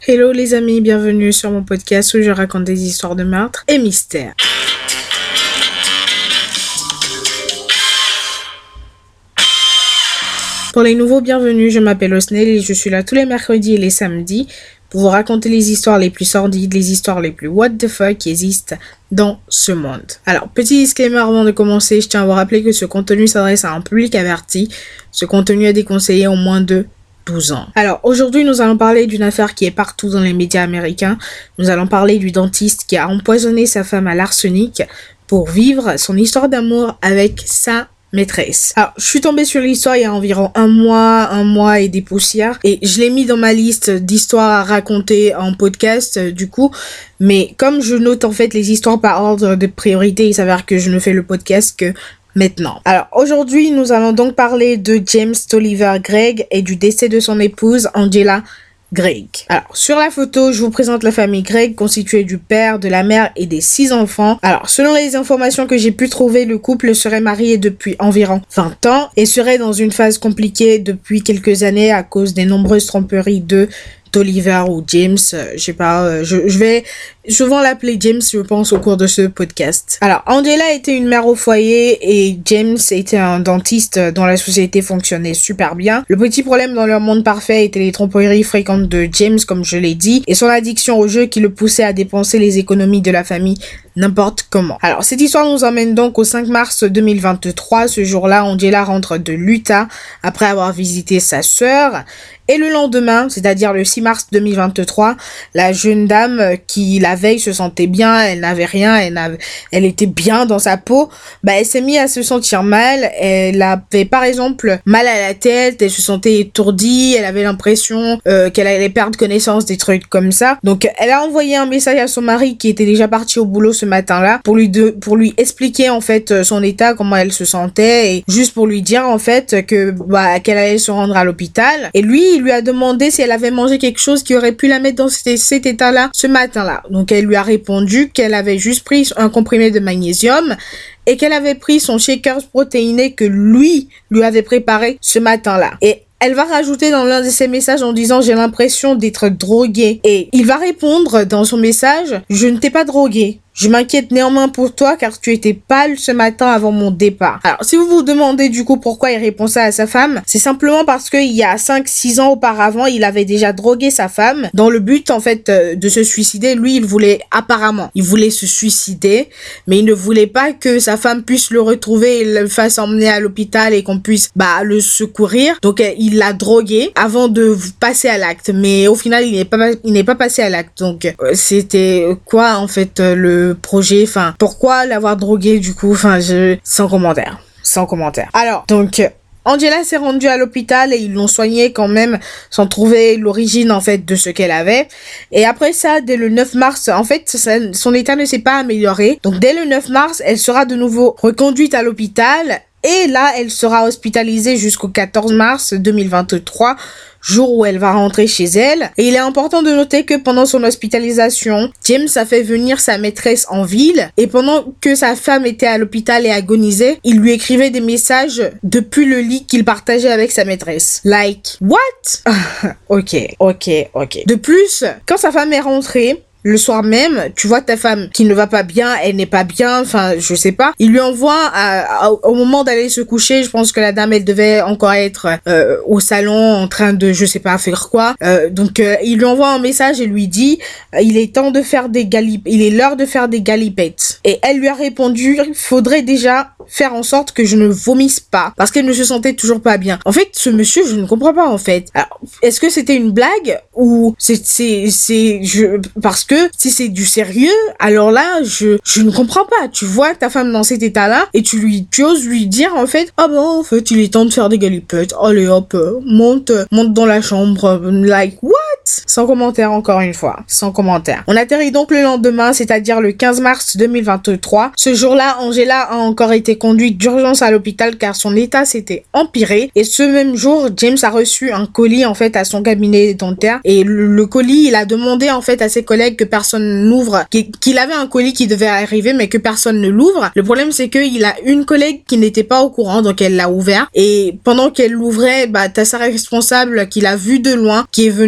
Hello les amis, bienvenue sur mon podcast où je raconte des histoires de meurtres et mystères. Pour les nouveaux, bienvenue, je m'appelle Osnel et je suis là tous les mercredis et les samedis pour vous raconter les histoires les plus sordides, les histoires les plus what the fuck qui existent dans ce monde. Alors, petit disclaimer avant de commencer, je tiens à vous rappeler que ce contenu s'adresse à un public averti. Ce contenu est déconseillé au moins de 12 ans. Alors, aujourd'hui, nous allons parler d'une affaire qui est partout dans les médias américains. Nous allons parler du dentiste qui a empoisonné sa femme à l'arsenic pour vivre son histoire d'amour avec sa maîtresse. Alors, je suis tombée sur l'histoire il y a environ un mois et des poussières, et je l'ai mis dans ma liste d'histoires à raconter en podcast, du coup, mais comme je note en fait les histoires par ordre de priorité, il s'avère que je ne fais le podcast que maintenant. Alors, aujourd'hui, nous allons donc parler de James Tolliver Gregg et du décès de son épouse, Angela Gregg. Alors, sur la photo, je vous présente la famille Gregg, constituée du père, de la mère et des 6 enfants. Alors, selon les informations que j'ai pu trouver, le couple serait marié depuis environ 20 ans et serait dans une phase compliquée depuis quelques années à cause des nombreuses tromperies de Tolliver ou James, je sais pas, je vais souvent l'appeler James, je pense, au cours de ce podcast. Alors, Angela était une mère au foyer et James était un dentiste dont la société fonctionnait super bien. Le petit problème dans leur monde parfait était les tromperies fréquentes de James, comme je l'ai dit, et son addiction au jeu qui le poussait à dépenser les économies de la famille n'importe comment. Alors, cette histoire nous emmène donc au 5 mars 2023. Ce jour-là, Angela rentre de l'Utah après avoir visité sa sœur. Et le lendemain, c'est-à-dire le 6 mars 2023, la jeune dame qui la veille se sentait bien, elle n'avait rien, elle était bien dans sa peau, elle s'est mise à se sentir mal. Elle avait par exemple mal à la tête, elle se sentait étourdie, elle avait l'impression qu'elle allait perdre connaissance, des trucs comme ça. Donc elle a envoyé un message à son mari qui était déjà parti au boulot ce matin-là pour lui expliquer en fait son état, comment elle se sentait, et juste pour lui dire en fait que qu'elle allait se rendre à l'hôpital. Et lui, il lui a demandé si elle avait mangé quelque chose qui aurait pu la mettre dans cet état-là ce matin-là. Donc elle lui a répondu qu'elle avait juste pris un comprimé de magnésium et qu'elle avait pris son shaker protéiné que lui avait préparé ce matin-là. Et elle va rajouter dans l'un de ses messages en disant « J'ai l'impression d'être droguée ». Et il va répondre dans son message « Je ne t'ai pas droguée. Je m'inquiète néanmoins pour toi car tu étais pâle ce matin avant mon départ. » Alors, si vous vous demandez du coup pourquoi il répond ça à sa femme, c'est simplement parce qu'il y a 5-6 ans auparavant, il avait déjà drogué sa femme dans le but en fait de se suicider. Lui, il voulait se suicider, mais il ne voulait pas que sa femme puisse le retrouver et le fasse emmener à l'hôpital et qu'on puisse le secourir. Donc, il l'a drogué avant de passer à l'acte. Mais au final, il n'est pas passé à l'acte. Donc, c'était quoi en fait le projet, pourquoi l'avoir drogué du coup, sans commentaire. Alors, donc, Angela s'est rendue à l'hôpital et ils l'ont soignée quand même sans trouver l'origine en fait de ce qu'elle avait. Et après ça, dès le 9 mars, en fait, son état ne s'est pas amélioré. Donc, dès le 9 mars, elle sera de nouveau reconduite à l'hôpital. Et là, elle sera hospitalisée jusqu'au 14 mars 2023, jour où elle va rentrer chez elle. Et il est important de noter que pendant son hospitalisation, James a fait venir sa maîtresse en ville. Et pendant que sa femme était à l'hôpital et agonisait, il lui écrivait des messages depuis le lit qu'il partageait avec sa maîtresse. Like, what? Ok. De plus, quand sa femme est rentrée, le soir même, tu vois ta femme qui ne va pas bien, elle n'est pas bien, je sais pas. Il lui envoie, au moment d'aller se coucher, je pense que la dame, elle devait encore être au salon en train de, je sais pas, faire quoi. Donc, il lui envoie un message et lui dit, il est l'heure de faire des galipettes. Et elle lui a répondu, il faudrait déjà faire en sorte que je ne vomisse pas, parce qu'elle ne se sentait toujours pas bien. En fait, ce monsieur, je ne comprends pas, en fait. Alors, est-ce que c'était une blague, ou parce que si c'est du sérieux, alors là, je ne comprends pas. Tu vois ta femme dans cet état-là, et tu oses lui dire, en fait, en fait, il est temps de faire des galipettes. Allez, hop, monte dans la chambre. Like, what? Sans commentaire, encore une fois. Sans commentaire. On atterrit donc le lendemain, c'est-à-dire le 15 mars 2023. Ce jour-là, Angela a encore été conduite d'urgence à l'hôpital car son état s'était empiré. Et ce même jour, James a reçu un colis, en fait, à son cabinet dentaire. Et le colis, il a demandé, en fait, à ses collègues que personne n'ouvre, qu'il avait un colis qui devait arriver, mais que personne ne l'ouvre. Le problème, c'est qu'il a une collègue qui n'était pas au courant, donc elle l'a ouvert. Et pendant qu'elle l'ouvrait, t'as sa responsable qui l'a vu de loin, qui est venue, du coup,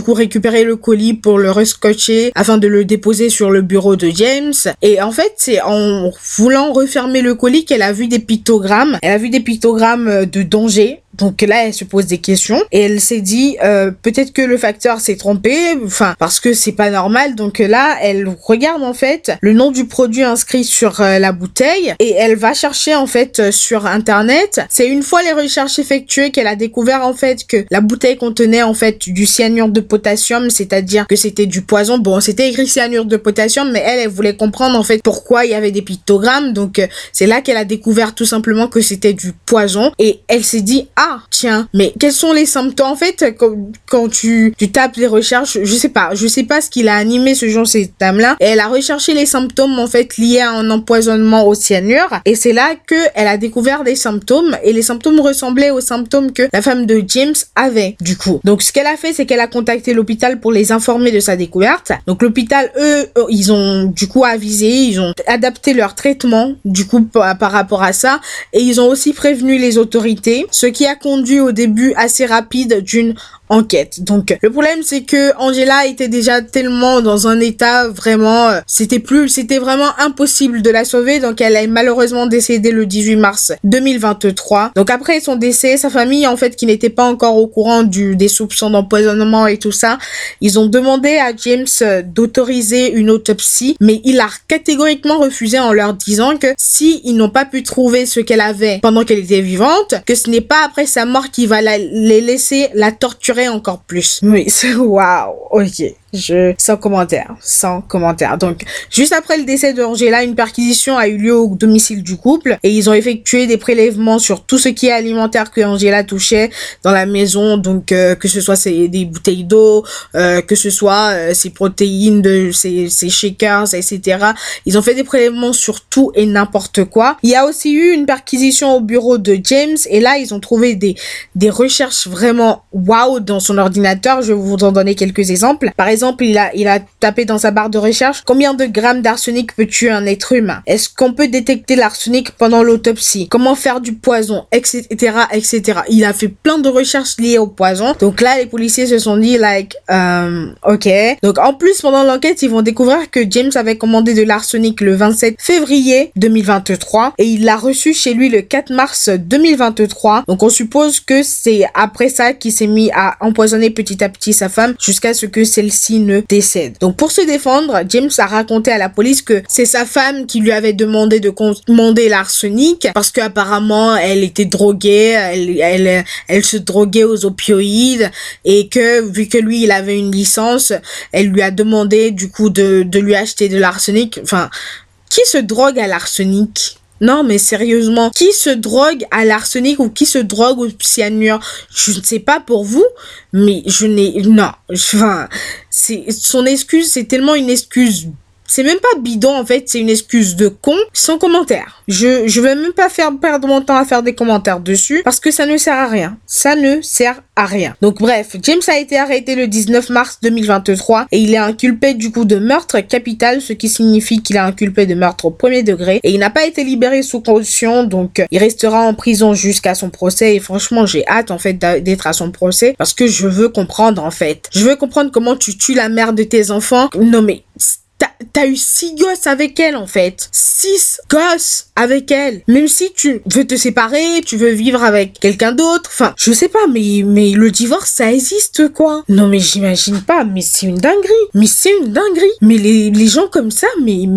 coup récupéré le colis pour le rescotcher afin de le déposer sur le bureau de James. Et en fait, c'est en voulant refermer le colis qu'elle a vu des pictogrammes. Elle a vu des pictogrammes de danger. Donc là, elle se pose des questions et elle s'est dit peut-être que le facteur s'est trompé, enfin parce que c'est pas normal. Donc là, elle regarde en fait le nom du produit inscrit sur la bouteille et elle va chercher en fait sur internet. C'est une fois les recherches effectuées qu'elle a découvert en fait que la bouteille contenait en fait du cyanure de potassium, c'est-à-dire que c'était du poison. Bon, c'était écrit cyanure de potassium, mais elle voulait comprendre en fait pourquoi il y avait des pictogrammes. Donc c'est là qu'elle a découvert tout simplement que c'était du poison et elle s'est dit ah tiens, mais quels sont les symptômes en fait quand tu tapes les recherches, je sais pas ce qui a animé ce genre ces dames-là. Et elle a recherché les symptômes en fait liés à un empoisonnement au cyanure et c'est là que elle a découvert des symptômes et les symptômes ressemblaient aux symptômes que la femme de James avait du coup. Donc ce qu'elle a fait, c'est qu'elle a contacté l'hôpital pour les informer de sa découverte. Donc l'hôpital, eux, ils ont du coup avisé, ils ont adapté leur traitement du coup par rapport à ça et ils ont aussi prévenu les autorités, ce qui a conduit au début assez rapide d'une enquête. Donc le problème c'est que Angela était déjà tellement dans un état vraiment c'était vraiment impossible de la sauver, donc elle est malheureusement décédée le 18 mars 2023. Donc après son décès, sa famille en fait qui n'était pas encore au courant des soupçons d'empoisonnement et tout ça, ils ont demandé à James d'autoriser une autopsie, mais il a catégoriquement refusé en leur disant que si ils n'ont pas pu trouver ce qu'elle avait pendant qu'elle était vivante, que ce n'est pas après sa mort qu'il va les laisser la torturer encore plus. Oui, c'est waouh. Ok. Sans commentaire. Donc, juste après le décès d'Angela, une perquisition a eu lieu au domicile du couple et ils ont effectué des prélèvements sur tout ce qui est alimentaire que Angela touchait dans la maison. Donc, que ce soit des bouteilles d'eau, que ce soit ses protéines, ses shakers, etc. Ils ont fait des prélèvements sur tout et n'importe quoi. Il y a aussi eu une perquisition au bureau de James et là, ils ont trouvé des recherches vraiment waouh dans son ordinateur. Je vais vous en donner quelques exemples. Par exemple, il a tapé dans sa barre de recherche combien de grammes d'arsenic peut tuer un être humain. Est-ce qu'on peut détecter l'arsenic pendant l'autopsie? Comment faire du poison, etc., etc. Il a fait plein de recherches liées au poison. Donc là, les policiers se sont dit ok. Donc en plus, pendant l'enquête, ils vont découvrir que James avait commandé de l'arsenic le 27 février 2023 et il l'a reçu chez lui le 4 mars 2023. Donc on suppose que c'est après ça qu'il s'est mis à empoisonner petit à petit sa femme jusqu'à ce que celle-ci ne décède. Donc pour se défendre, James a raconté à la police que c'est sa femme qui lui avait demandé de commander l'arsenic parce qu'apparemment elle était droguée, elle se droguait aux opioïdes et que vu que lui il avait une licence, elle lui a demandé du coup de lui acheter de l'arsenic. Enfin, qui se drogue à l'arsenic? Non, mais sérieusement, qui se drogue à l'arsenic ou qui se drogue au cyanure? Je ne sais pas pour vous, mais non. Enfin, son excuse, c'est tellement une excuse. C'est même pas bidon, en fait, c'est une excuse de con, sans commentaire. Je vais même pas perdre mon temps à faire des commentaires dessus, parce que ça ne sert à rien. Ça ne sert à rien. Donc bref, James a été arrêté le 19 mars 2023, et il est inculpé du coup de meurtre capital, ce qui signifie qu'il est inculpé de meurtre au premier degré, et il n'a pas été libéré sous caution, donc il restera en prison jusqu'à son procès, et franchement, j'ai hâte, en fait, d'être à son procès, parce que je veux comprendre, en fait. Je veux comprendre comment tu tues la mère de tes enfants. Non mais... T'as eu 6 gosses avec elle, en fait. 6 gosses avec elle. Même si tu veux te séparer, tu veux vivre avec quelqu'un d'autre. Enfin, je sais pas, mais le divorce, ça existe, quoi. Non, mais j'imagine pas. Mais c'est une dinguerie. Mais les gens comme ça,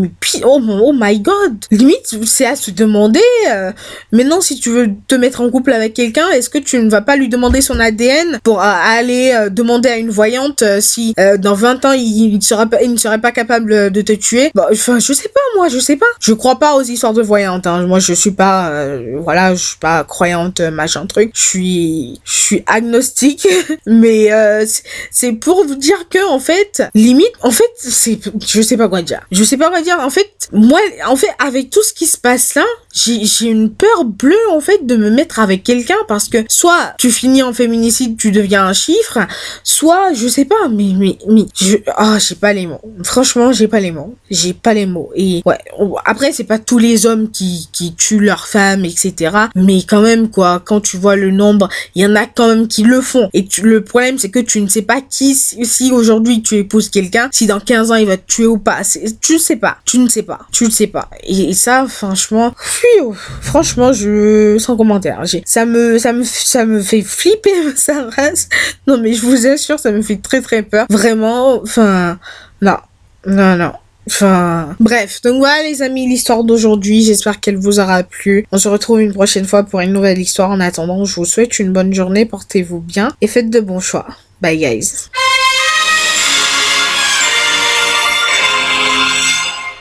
oh my god. Limite, c'est à se demander, maintenant, si tu veux te mettre en couple avec quelqu'un, est-ce que tu ne vas pas lui demander son ADN pour aller demander à une voyante si dans 20 ans, il ne serait pas capable de te tuer? Bah, enfin, je sais pas. Je crois pas aux histoires de voyantes, hein. Moi, je suis pas, je suis pas croyante, machin truc. Je suis agnostique. Mais, c'est pour vous dire que, en fait, limite, en fait, je sais pas quoi dire. En fait, moi, avec tout ce qui se passe là, j'ai une peur bleue, en fait, de me mettre avec quelqu'un parce que soit tu finis en féminicide, tu deviens un chiffre, soit, je sais pas, j'ai pas les mots. Franchement, j'ai pas les mots. J'ai pas les mots. Et ouais, après, c'est pas tous les hommes qui tuent leurs femmes, etc. Mais quand même, quoi, quand tu vois le nombre, il y en a quand même qui le font. Et le problème, c'est que tu ne sais pas si aujourd'hui tu épouses quelqu'un, si dans 15 ans il va te tuer ou pas. Tu ne sais pas. Tu ne sais pas. Tu ne sais pas. Et ça, franchement, franchement, sans commentaire. Ça me fait flipper, ça reste. Non, mais je vous assure, ça me fait très très peur. Vraiment, enfin, non. Non, non. Enfin, bref. Donc voilà les amis, l'histoire d'aujourd'hui. J'espère qu'elle vous aura plu. On se retrouve une prochaine fois pour une nouvelle histoire. En attendant, je vous souhaite une bonne journée. Portez-vous bien et faites de bons choix. Bye guys.